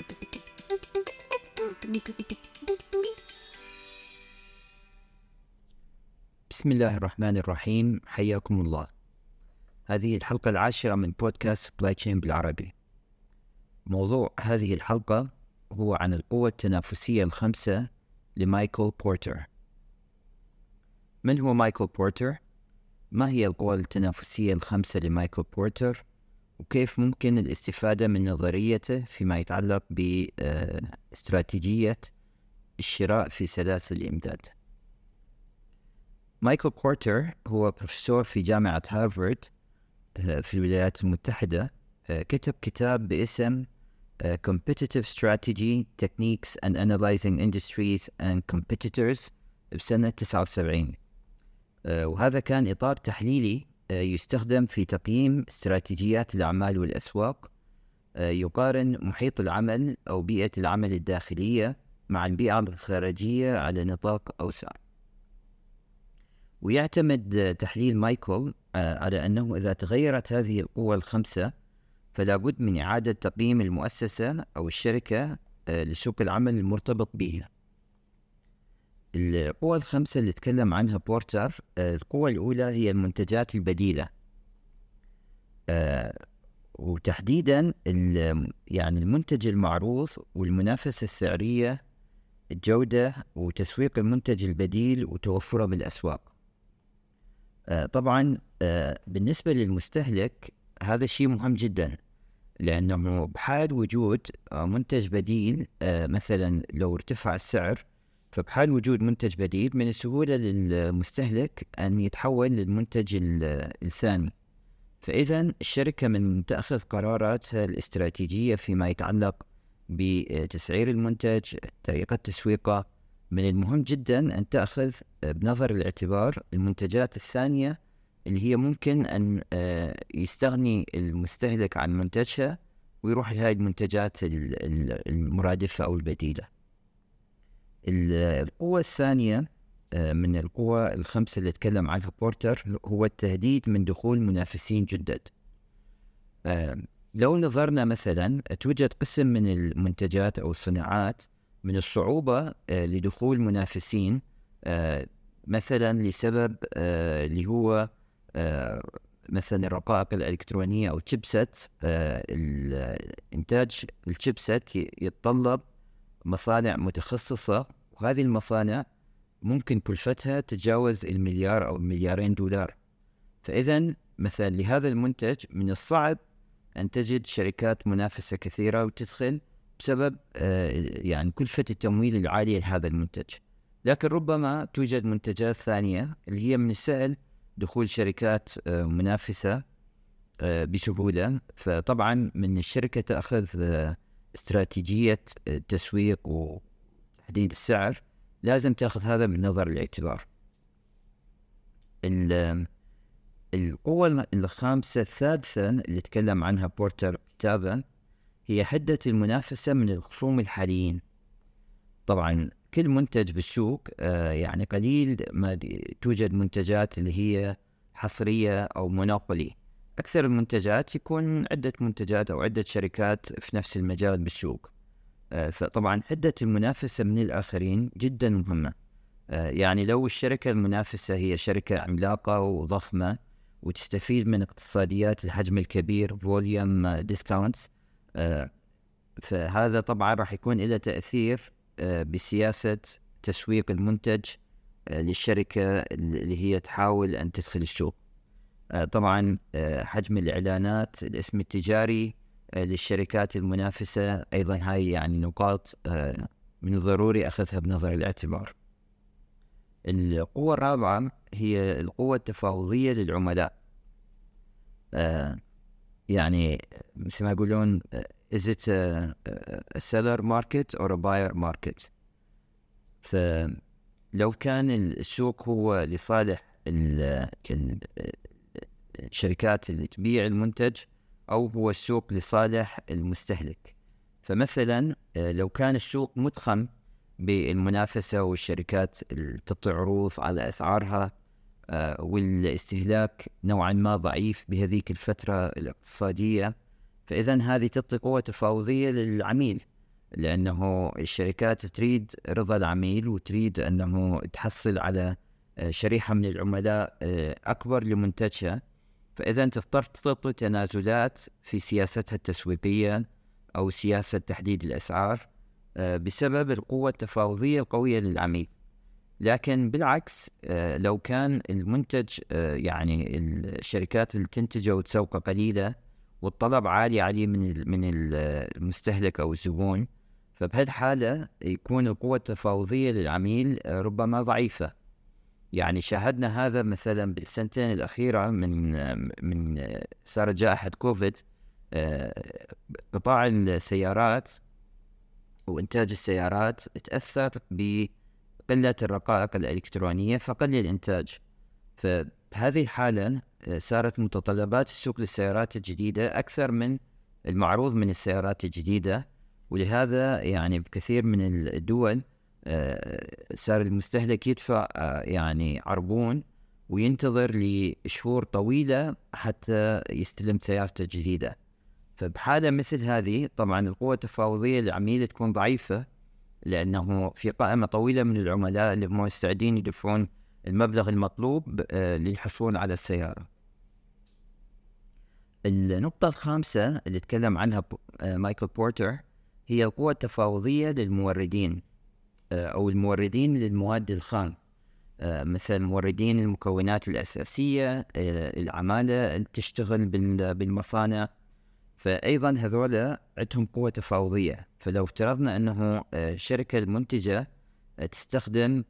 بسم الله الرحمن الرحيم، حياكم الله. هذه الحلقة 10 من بودكاست سبلاي تشين بالعربي. موضوع هذه الحلقة هو عن القوة التنافسية الخمسة لمايكل بورتر. من هو مايكل بورتر؟ ما هي القوى التنافسية الخمسة لمايكل بورتر؟ وكيف ممكن الاستفادة من نظريته فيما يتعلق باستراتيجية الشراء في سلاسل الإمداد؟ مايكل بورتر هو بروفيسور في جامعة هارفارد في الولايات المتحدة. كتب كتاب باسم Competitive Strategy Techniques and Analyzing Industries and Competitors بسنة 79. وهذا كان إطار تحليلي يستخدم في تقييم استراتيجيات الأعمال والأسواق، يقارن محيط العمل أو بيئة العمل الداخلية مع البيئة الخارجية على نطاق أوسع. ويعتمد تحليل مايكل على أنه إذا تغيرت هذه القوى الخمسة فلا بد من إعادة تقييم المؤسسة أو الشركة لسوق العمل المرتبط بها. القوى الخمسة اللي تكلم عنها بورتر، القوة الأولى هي المنتجات البديلة، وتحديدا يعني المنتج المعروض والمنافسة السعرية، الجودة وتسويق المنتج البديل وتوفره بالأسواق. طبعا بالنسبة للمستهلك هذا الشيء مهم جدا، لأنه بحال وجود منتج بديل، مثلا لو ارتفع السعر، فبحال وجود منتج بديل من السهولة للمستهلك أن يتحول للمنتج الثاني. فإذا الشركة من تأخذ قراراتها الاستراتيجية فيما يتعلق بتسعير المنتج، طريقة تسويقه، من المهم جدا أن تأخذ بنظر الاعتبار المنتجات الثانية اللي هي ممكن أن يستغني المستهلك عن منتجها ويروح لهذه المنتجات المرادفة أو البديلة. القوة الثانية من القوى الخمسة اللي تكلم عنها بورتر هو التهديد من دخول منافسين جدد. لو نظرنا مثلا توجد قسم من المنتجات أو الصناعات من الصعوبة لدخول منافسين، مثلا لسبب اللي هو مثلا الرقائق الإلكترونية أو تشيبسات. إنتاج التشيبسات يتطلب مصانع متخصصة، وهذه المصانع ممكن كلفتها تتجاوز $1 أو $2 مليار. فإذا مثلا لهذا المنتج من الصعب أن تجد شركات منافسة كثيرة وتدخل بسبب يعني كلفة التمويل العالية لهذا المنتج. لكن ربما توجد منتجات ثانية اللي هي من السهل دخول شركات منافسة بسهولة. فطبعا من الشركة تأخذ استراتيجية التسويق وتحديد السعر، لازم تأخذ هذا بالنظر الاعتبار. القوة الخامسة الثالثة اللي تكلم عنها بورتر كتابا هي حدة المنافسة من الخصوم الحاليين. طبعا كل منتج بالسوق يعني قليل ما توجد منتجات اللي هي حصرية أو مونوبولي. أكثر المنتجات يكون عدة منتجات أو عدة شركات في نفس المجال بالسوق. فطبعا حدة المنافسة من الآخرين جدا مهمة. يعني لو الشركة المنافسة هي شركة عملاقة وضخمة وتستفيد من اقتصاديات الحجم الكبير volume discounts، فهذا طبعا راح يكون له تأثير بسياسة تسويق المنتج للشركة اللي هي تحاول أن تدخل السوق. طبعا حجم الإعلانات، الاسم التجاري للشركات المنافسة، أيضا هاي يعني نقاط من الضروري أخذها بنظر الاعتبار. القوة الرابعة هي القوة التفاوضية للعملاء. يعني مثل ما يقولون is it a seller market or a buyer market. فلو كان السوق هو لصالح الشركات اللي تبيع المنتج أو هو السوق لصالح المستهلك، فمثلا لو كان السوق متخم بالمنافسة والشركات تعطي عروض على أسعارها والاستهلاك نوعا ما ضعيف بهذيك الفترة الاقتصادية، فإذا هذه تعطي قوة تفاوضية للعميل لأنه الشركات تريد رضا العميل وتريد أنه تحصل على شريحة من العملاء أكبر لمنتجها، فإذا تضطر تعطي تنازلات في سياستها التسويقية أو سياسة تحديد الأسعار بسبب القوة التفاوضية القوية للعميل. لكن بالعكس، لو كان المنتج يعني الشركات اللي تنتجه وتسوقه قليلة والطلب عالي عليه من المستهلك أو الزبون، فبهالحالة يكون القوة التفاوضية للعميل ربما ضعيفة. يعني شاهدنا هذا مثلا بالسنتين الأخيرة من صارت جائحة كوفيد. قطاع السيارات وإنتاج السيارات تأثر بقلة الرقائق الإلكترونية فقل الإنتاج. فبهذه الحالة صارت متطلبات السوق للسيارات الجديدة أكثر من المعروض من السيارات الجديدة، ولهذا يعني بكثير من الدول صار المستهلك يدفع يعني عربون وينتظر لشهور طويلة حتى يستلم سيارته الجديدة. فبحالة مثل هذه طبعا القوة التفاوضية للعميل تكون ضعيفة، لأنه في قائمة طويلة من العملاء اللي هم مستعدين يدفعون المبلغ المطلوب للحصول على السيارة. النقطة الخامسة اللي تكلم عنها مايكل بورتر هي القوة التفاوضية للموردين أو الموردين للمواد الخام، مثل موردين المكونات الأساسية، العمالة اللي تشتغل بالمصانع، فأيضا هذولا عندهم قوة تفاوضية. فلو افترضنا أنه شركة المنتجة تستخدم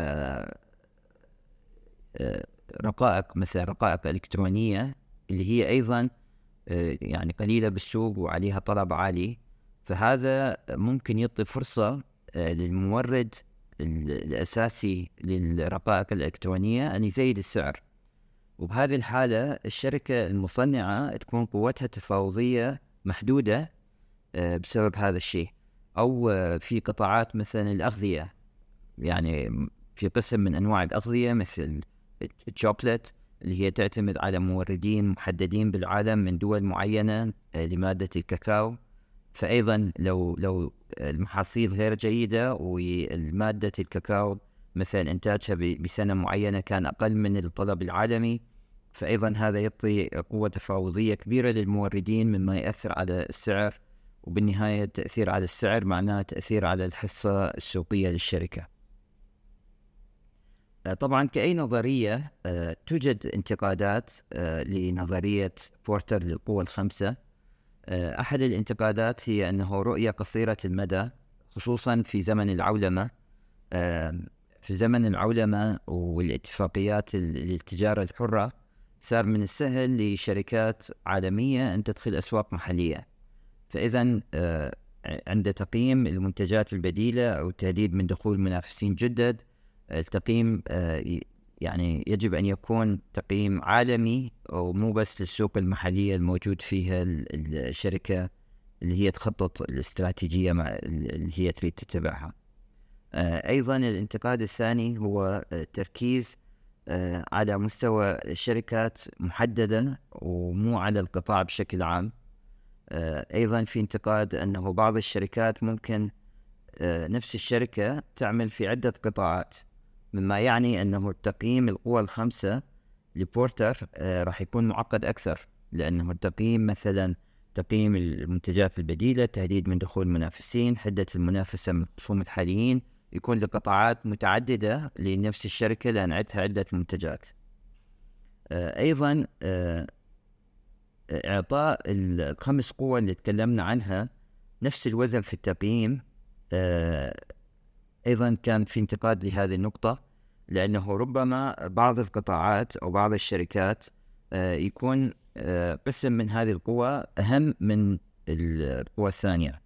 رقائق مثل رقائق إلكترونية اللي هي أيضا يعني قليلة بالسوق وعليها طلب عالي، فهذا ممكن يعطي فرصة للمورد الأساسي للرقائق الإلكترونية أن يزيد السعر. وبهذه الحالة الشركة المصنعة تكون قوتها التفاوضية محدودة بسبب هذا الشيء. أو في قطاعات مثلا الأغذية، يعني في قسم من أنواع الأغذية مثل الشوكولات اللي هي تعتمد على موردين محددين بالعالم من دول معينة لمادة الكاكاو، فأيضا لو المحاصيل غير جيدة والمادة الكاكاو مثلا إنتاجها بسنة معينة كان أقل من الطلب العالمي، فأيضا هذا يعطي قوة تفاوضية كبيرة للموردين مما يأثر على السعر، وبالنهاية التأثير على السعر معناه تأثير على الحصة السوقية للشركة. طبعا كأي نظرية توجد انتقادات لنظرية بورتر للقوى الخمسة. أحد الانتقادات هي أنه رؤية قصيرة المدى، خصوصا في زمن العولمة. في زمن العولمة والاتفاقيات التجارة الحرة صار من السهل لشركات عالمية أن تدخل أسواق محلية، فإذا عند تقييم المنتجات البديلة أو التهديد من دخول منافسين جدد، التقييم يعني يجب أن يكون تقييم عالمي ومو بس للسوق المحلية الموجود فيها الشركة اللي هي تخطط الاستراتيجية اللي هي تريد تتبعها. أيضا الانتقاد الثاني هو التركيز على مستوى شركات محددة ومو على القطاع بشكل عام. أيضا في انتقاد أنه بعض الشركات ممكن نفس الشركة تعمل في عدة قطاعات، مما يعني أنه تقييم القوى الخمسة لبورتر راح يكون معقد أكثر، لأنه التقييم مثلا تقييم المنتجات البديلة، تهديد من دخول منافسين، حدة المنافسة من الخصوم الحاليين، يكون لقطاعات متعددة لنفس الشركة لأن عندها عدة منتجات. أيضا إعطاء الخمس قوى اللي تكلمنا عنها نفس الوزن في التقييم أيضا كان في انتقاد لهذه النقطة، لأنه ربما بعض القطاعات أو بعض الشركات يكون قسم من هذه القوى أهم من القوى الثانية.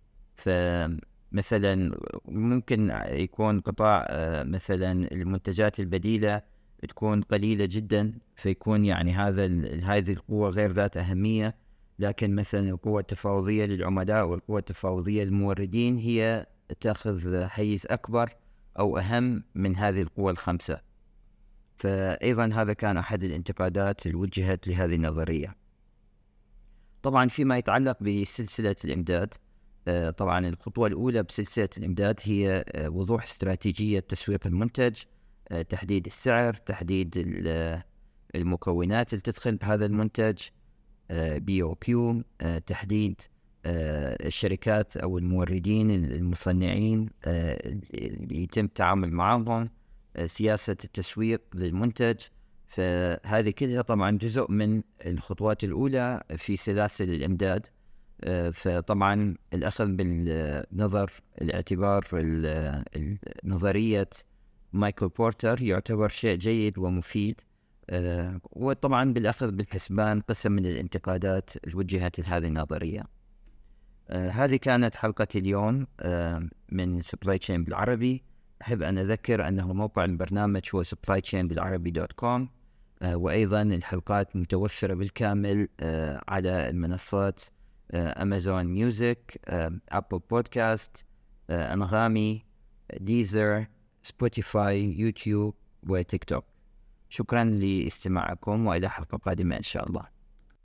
فمثلا ممكن يكون قطاع مثلا المنتجات البديلة تكون قليلة جدا، فيكون يعني هذه القوة غير ذات أهمية، لكن مثلا القوة التفاوضية للعملاء والقوة التفاوضية للموردين هي تأخذ حيز أكبر أو أهم من هذه القوى الخمسة. فأيضا هذا كان أحد الانتقادات اللي وجهت لهذه النظرية. طبعا فيما يتعلق بسلسلة الإمداد، طبعا الخطوة الأولى بسلسلة الإمداد هي وضوح استراتيجية تسويق المنتج، تحديد السعر، تحديد المكونات اللي تدخل بهذا المنتج، BOQ، تحديد الشركات أو الموردين المصنعين اللي يتم التعامل معهم، سياسة التسويق للمنتج. فهذه كلها طبعا جزء من الخطوات الأولى في سلاسل الإمداد. فطبعا الأخذ بالنظر الاعتبار نظرية مايكل بورتر يعتبر شيء جيد ومفيد، وطبعا بالأخذ بالحسبان قسم من الانتقادات الوجهت لهذه النظرية. هذه كانت حلقة اليوم من سبلاي تشين بالعربي. أحب أن أذكر أنه موقع البرنامج هو supplychainbilarabi.com، وأيضا الحلقات متوفرة بالكامل على المنصات أمازون ميوزك، أبل بودكاست، أنغامي، ديزر، سبوتيفاي، يوتيوب وتيك توك. شكرا لاستماعكم، وإلى حلقة قادمة إن شاء الله.